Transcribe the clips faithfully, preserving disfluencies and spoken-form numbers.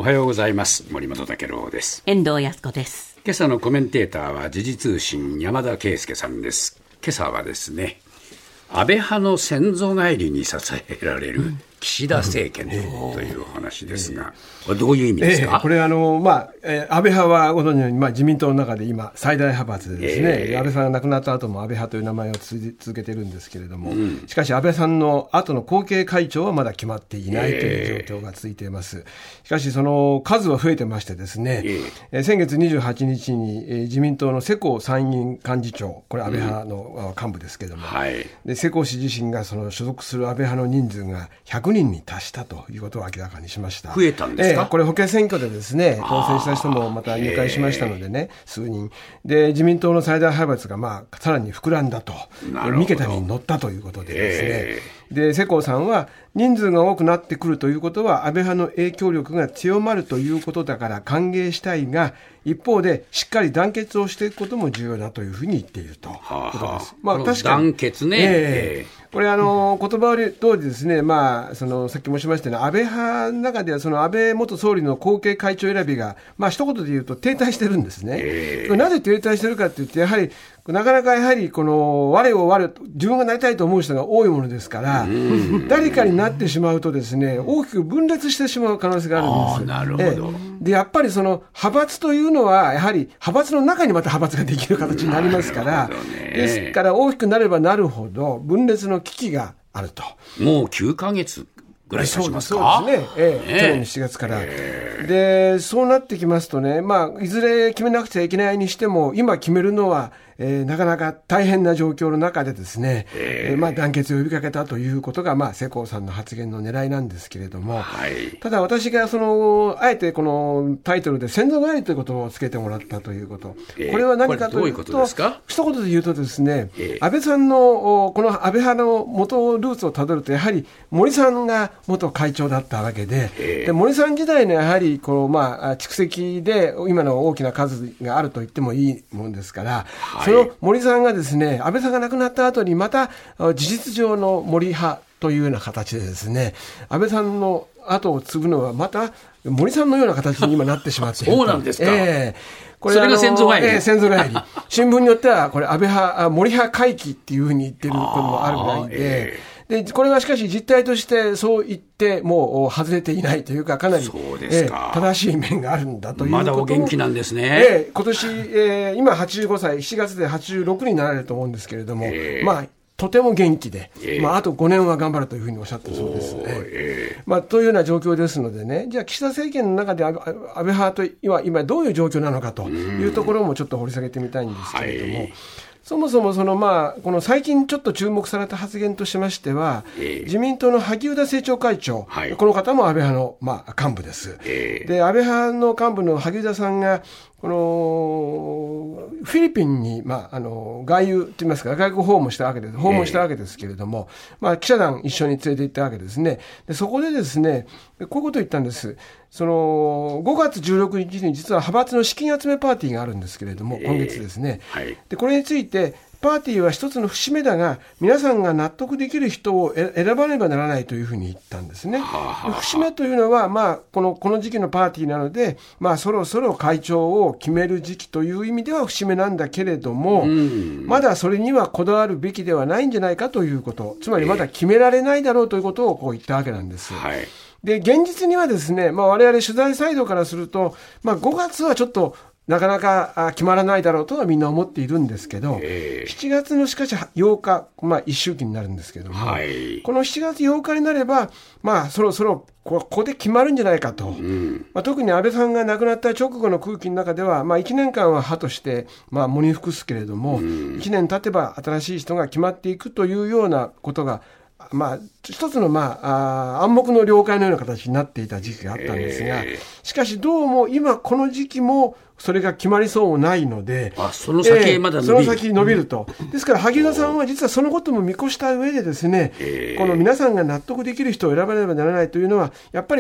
おはようございます。森本武郎です。 遠藤康子です。 今朝のコメンテーターは時事通信山田圭介さんです。今朝はですね、安倍派の先祖返りに支えられる岸田政権というお話ですが、これどういう意味ですか？ えー、これあの、まあえー、安倍派はご存知のように、まあ、自民党の中で今最大派閥でですね、えー、安倍さんが亡くなった後も安倍派という名前を続けてるんですけれども、うん、しかし安倍さんの後の後継会長はまだ決まっていないという状況が続いています。しかしその数は増えてましてですね、えー、先月にじゅうはちにちに、えー、自民党の世耕参議院幹事長、これ安倍派の幹部ですけれども、うん、はい、で世耕氏自身がその所属する安倍派の人数がひゃくにんに達したということを明らかにしました。 増えたんですか？ えー、これ補欠選挙でですね、当選した人もまた入会しましたのでね、数人で自民党の最大派閥がまあさらに膨らんだと、三桁に乗ったということでですね、で世耕さんは人数が多くなってくるということは安倍派の影響力が強まるということだから歓迎したいが、一方でしっかり団結をしていくことも重要だというふうに言っているということです。 まあ、確かに団結ね、 えーこれあの言葉通りですね、まあ、そのさっき申しましたように安倍派の中ではその安倍元総理の後継会長選びが、まあ一言で言うと停滞してるんですね。えー、なぜ停滞してるかというと、やはりなかなかやはりこの我を我自分がなりたいと思う人が多いものですから、誰かになってしまうとですね、大きく分裂してしまう可能性があるんです。 あ、なるほど。えー、でやっぱりその派閥というのはやはり派閥の中にまた派閥ができる形になりますから、ですから大きくなればなるほど分裂の危機があると。 もうきゅうかげつぐらい経ちますか？ そうですね、ええ、去年のしちがつから、えー、でそうなってきますとね、まあ、いずれ決めなくちゃいけないにしても今決めるのは、えー、なかなか大変な状況の中でですね、えーえーまあ、団結を呼びかけたということが、まあ、世耕さんの発言の狙いなんですけれども、はい、ただ私がそのあえてこのタイトルで先祖返りということをつけてもらったということ、えー、これは何かというと、 どういうことですか？ 一言で言うとですね、えー、安倍さんのこの安倍派の元ルーツをたどるとやはり森さんが元会長だったわけで、えー、で森さん時代のやはりこう、まあ、蓄積で今の大きな数があると言ってもいいものですから、はい、その森さんがですね、安倍さんが亡くなった後にまた事実上の森派というような形でですね、安倍さんの後を継ぐのはまた森さんのような形に今なってしまっている。 そうなんですか。 えーこれそれが先祖返り、 えー、先祖返り新聞によってはこれ安倍派森派回帰っていうふうに言ってることもあるぐらいで、でこれがしかし実態としてそう言ってもう外れていないというか、かなりそうですか、 えー、正しい面があるんだということを、 まだお元気なんですね。 えー、今年、えー、今はちじゅうごさい、しちがつではちじゅうろくになられると思うんですけれども、えー、まあとても元気で、えーまあ、あとごねんは頑張るというふうにおっしゃったそうです、えーまあ、というような状況ですのでね、じゃあ岸田政権の中で安倍派と今、今どういう状況なのかというところもちょっと掘り下げてみたいんですけれども、はい、そもそもその、まあ、この最近ちょっと注目された発言としましては、えー、自民党の萩生田政調会長、はい、この方も安倍派の、まあ、幹部です、えー、で安倍派の幹部の萩生田さんがこのフィリピンに、まあ、あの外遊といいますか外国訪問したわけです訪問したわけですけれども、えーまあ、記者団一緒に連れて行ったわけですね。でそこでですね、こういうことを言ったんです。そのごがつじゅうろくにちに実は派閥の資金集めパーティーがあるんですけれども、今月ですね、えーはい、でこれについてパーティーは一つの節目だが皆さんが納得できる人を選ばねばならないというふうに言ったんですね。はあはあ、節目というのは、まあ、この、この時期のパーティーなので、まあ、そろそろ会長を決める時期という意味では節目なんだけれども、まだそれにはこだわるべきではないんじゃないかということ、つまりまだ決められないだろうということをこう言ったわけなんです。はい、で現実にはですね、まあ、我々取材サイドからすると、まあ、ごがつはちょっとなかなか決まらないだろうとはみんな思っているんですけど、えー、しちがつのしかしようか、まあ、一周期になるんですけども、はい、このしちがつようかになれば、まあ、そろそろここで決まるんじゃないかと、うんまあ、特に安倍さんが亡くなった直後の空気の中では、まあ、いちねんかんは派として、まあ、喪に服すけれども、うん、いちねん経てば新しい人が決まっていくというようなことがまあ、一つの、まあ、あ暗黙の了解のような形になっていた時期があったんですが、えー、しかしどうも今この時期もそれが決まりそうもないので、 あその先まだ伸びる、 えー、その先伸びると、うん、ですから萩生田さんは実はそのことも見越した上でですね、えー、この皆さんが納得できる人を選ばねばならないというのはやっぱり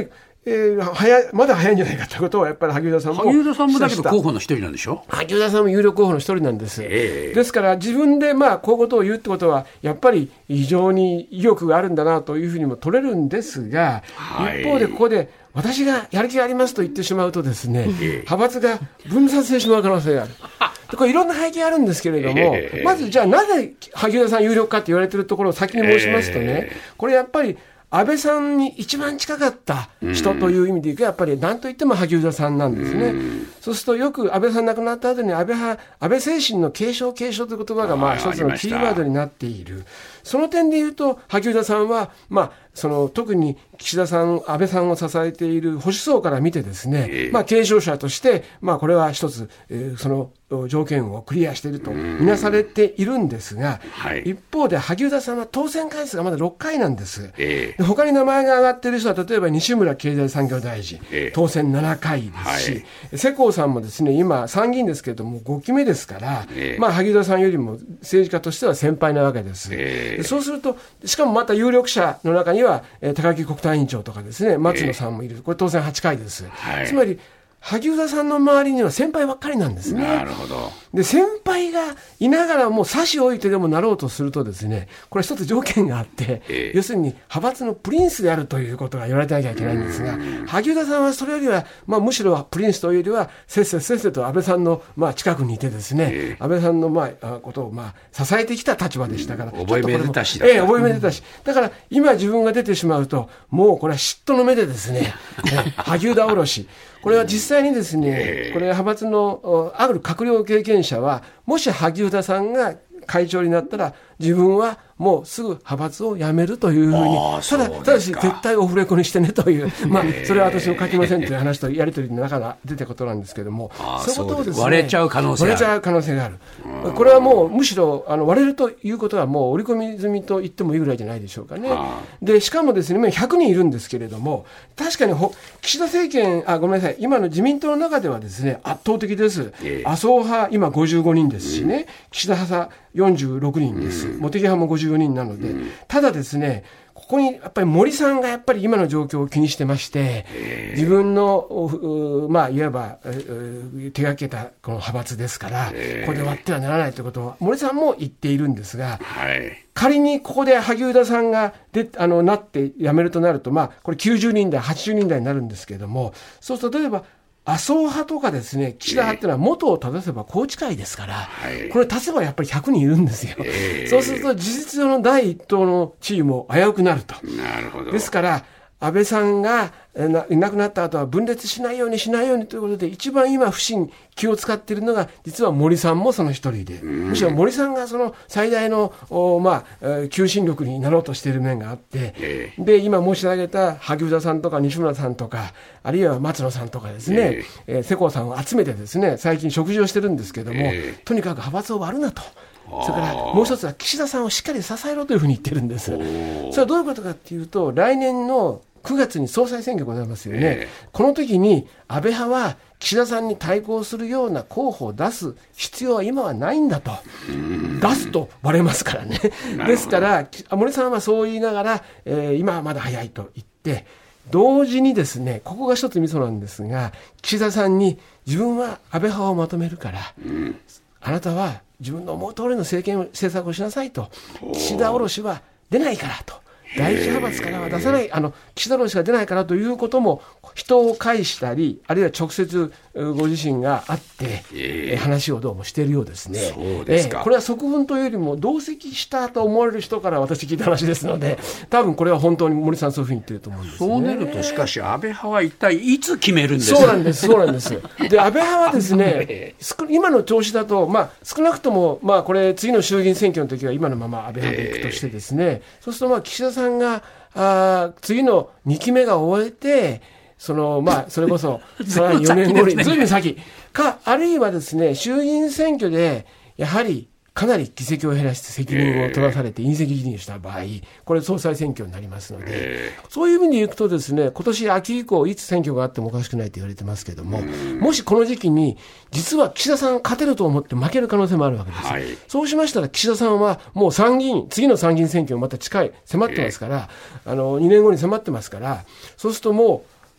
えー、早いまだ早いんじゃないかということをやっぱり萩生田さんも萩生田さんもだけど候補の一人なんでしょ。 萩生田さんも有力候補の一人なんです、 えー、 ですから自分でまあこういうことを言うってことはやっぱり非常に意欲があるんだなというふうにも取れるんですが、はい、一方でここで私がやる気がありますと言ってしまうとですね、えー、派閥が分散してしまう可能性がある。これいろんな背景あるんですけれども、えー、まずじゃあなぜ萩生田さん有力かって言われているところを先に申しますとね、えー、これやっぱり安倍さんに一番近かった人という意味でいくと、やっぱり何と言っても萩生田さんなんですね。そうするとよく安倍さん亡くなった後に安倍派、安倍精神の継承継承という言葉がまあ一つのキーワードになっている。その点で言うと萩生田さんはまあその特に岸田さん、安倍さんを支えている保守層から見てですね、まあ継承者としてまあこれは一つ、えー、その条件をクリアしているとみなされているんですが、はい、一方で萩生田さんは当選回数がまだろっかいなんです、えー、他に名前が挙がっている人は例えば西村経済産業大臣、えー、当選ななかいですし、はい、世耕さんもですね今参議院ですけれどもごきめですから、えーまあ、萩生田さんよりも政治家としては先輩なわけです、えー、そうするとしかもまた有力者の中には、えー、高木国対委員長とかですね松野さんもいる、これ当選はちかいです、はい、つまり萩生田さんの周りには先輩ばっかりなんですね。 なるほど。 で先輩がいながらも差し置いてでもなろうとするとですね、これ一つ条件があって、えー、要するに派閥のプリンスであるということが言われてなきゃいけないんですが、萩生田さんはそれよりは、まあ、むしろプリンスというよりはせっせせっせと安倍さんの、まあ、近くにいてですね、えー、安倍さんの、まあ、ことを、まあ、支えてきた立場でしたから、 うん、覚えめでたしだった、 ええ、覚えめでたし、だから今自分が出てしまうともうこれは嫉妬の目でですね萩生田おろし、これは実際にですね、これ派閥のある閣僚経験者は、もし萩生田さんが会長になったら自分はもうすぐ派閥を辞めるというふうに、ただただし絶対オフレコにしてねという、まあ、それは私も書きませんという話とやり取りの中から出たことなんですけれども、 そういうことをですね、割れちゃう可能性がある。 割れちゃう可能性がある。これはもうむしろあの割れるということはもう織り込み済みと言ってもいいぐらいじゃないでしょうかね。でしかもですね、今ひゃくにんいるんですけれども、確かにほ岸田政権、あごめんなさい、今の自民党の中ではですね圧倒的です。えー、麻生派今ごじゅうごにんですしね、うん、岸田派よんじゅうろくにんです、うん、茂木派もごじゅうよにんなので、うん、ただですね、ここにやっぱり森さんがやっぱり今の状況を気にしてまして、自分のまあいわば手がけたこの派閥ですから、ここで割ってはならないということを森さんも言っているんですが、はい、仮にここで萩生田さんがであのなって辞めるとなると、まあこれきゅうじゅうにんだいはちじゅうにんだいになるんですけれども、そうすると例えば麻生派とかですね、岸田派っていうのは元を正せば宏池会ですから、えー、これ足せばやっぱりひゃくにんいるんですよ、えー、そうすると事実上の第一党の地位も危うくなると。 なるほど。ですから安倍さんがいなくなった後は分裂しないようにしないようにということで、一番今不信気を使っているのが実は森さんもその一人で、むしろ森さんがその最大の、まあ、求心力になろうとしている面があって、えー、で今申し上げた萩生田さんとか西村さんとかあるいは松野さんとかですね、えーえー、世耕さんを集めてですね最近食事をしてるんですけども、えー、とにかく派閥を割るなと。それからもう一つは岸田さんをしっかり支えろというふうに言ってるんです。それはどういうことかというと、来年のくがつに総裁選挙ございますよね、えー、この時に安倍派は岸田さんに対抗するような候補を出す必要は今はないんだと。出すと割れますからね。ですから森さんはそう言いながら、えー、今はまだ早いと言って、同時にですね、ここが一つミソなんですが、岸田さんに自分は安倍派をまとめるから、うん、あなたは自分の思う通りの政権政策をしなさいと。岸田おろしは出ないからと。第一派閥からは出さない、あの岸田おろしが出ないからということも人を介したり、あるいは直接ご自身が会って、えー、話をどうもしているようですね。 そうですか。 えー、これは側分というよりも同席したと思われる人から私聞いた話ですので、多分これは本当に森さんそういうふうに言ってると思うんですね。 そうなるとしかし安倍派は一体いつ決めるんですか。 そうなんですそうなんですで安倍派はですね今の調子だと、まあ、少なくとも、まあ、これ次の衆議院選挙の時は今のまま安倍派でいくとしてですね、えー、そうするとまあ岸田さんがあ次のにきめが終えて、そのまあそれこそさらによねんごにずいぶん先か、あるいはですね衆議院選挙でやはりかなり議席を減らして責任を取らされて隕石辞任した場合、これ総裁選挙になりますので、そういう意味でいくとですね、今年秋以降いつ選挙があってもおかしくないと言われてますけども、もしこの時期に実は岸田さん勝てると思って負ける可能性もあるわけです、はい、そうしましたら岸田さんはもう参議院次の参議院選挙もまた近い迫ってますから、あのにねんごに迫ってますから、そうするともう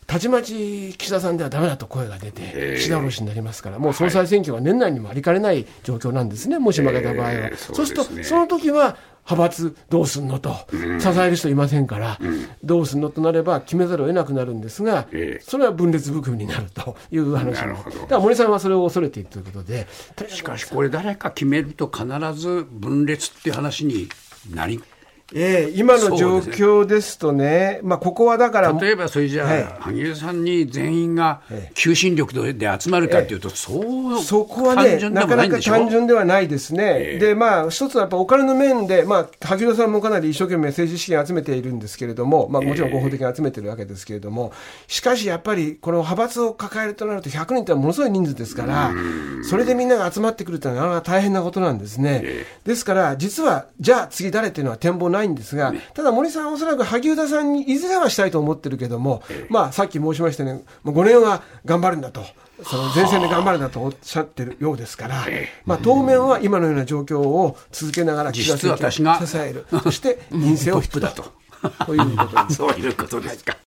たちまち岸田さんではだめだと声が出て、岸田降ろしになりますから、もう総裁選挙は年内にもありかねない状況なんですね、もし負けた場合は。えー、そうですね、そうすると、その時は、派閥どうすんのと、うん、支える人いませんから、うん、どうすんのとなれば決めざるを得なくなるんですが、ええ、それは分裂部組になるという話なるほど。だから森さんはそれを恐れているということで、 しかしこれ誰か決めると必ず分裂っていう話になりえー、今の状況ですとね、まあ、ここはだから例えばそれじゃあ、はい、萩生田さんに全員が求心力で集まるかというと、えー、そうそこはね、なかなか単純ではないですね、えー、でまあ一つはやっぱお金の面で、まあ、萩生田さんもかなり一生懸命政治資金集めているんですけれども、まあ、もちろん合法的に集めているわけですけれども、えー、しかしやっぱりこの派閥を抱えるとなるとひゃくにんというのはものすごい人数ですから、それでみんなが集まってくるというのはなかなか大変なことなんですね、えー、ですから実はじゃあ次誰というのは展望ないんですが、ね、ただ森さんはおそらく萩生田さんにいずれはしたいと思ってるけども、ええ、まあ、さっき申しましたね、ごねんは頑張るんだと、その前線で頑張るんだとおっしゃってるようですから、ええ、まあ、当面は今のような状況を続けながら岸田政権を支える、そして民政を引くだとということです。 そういうことですか。はい。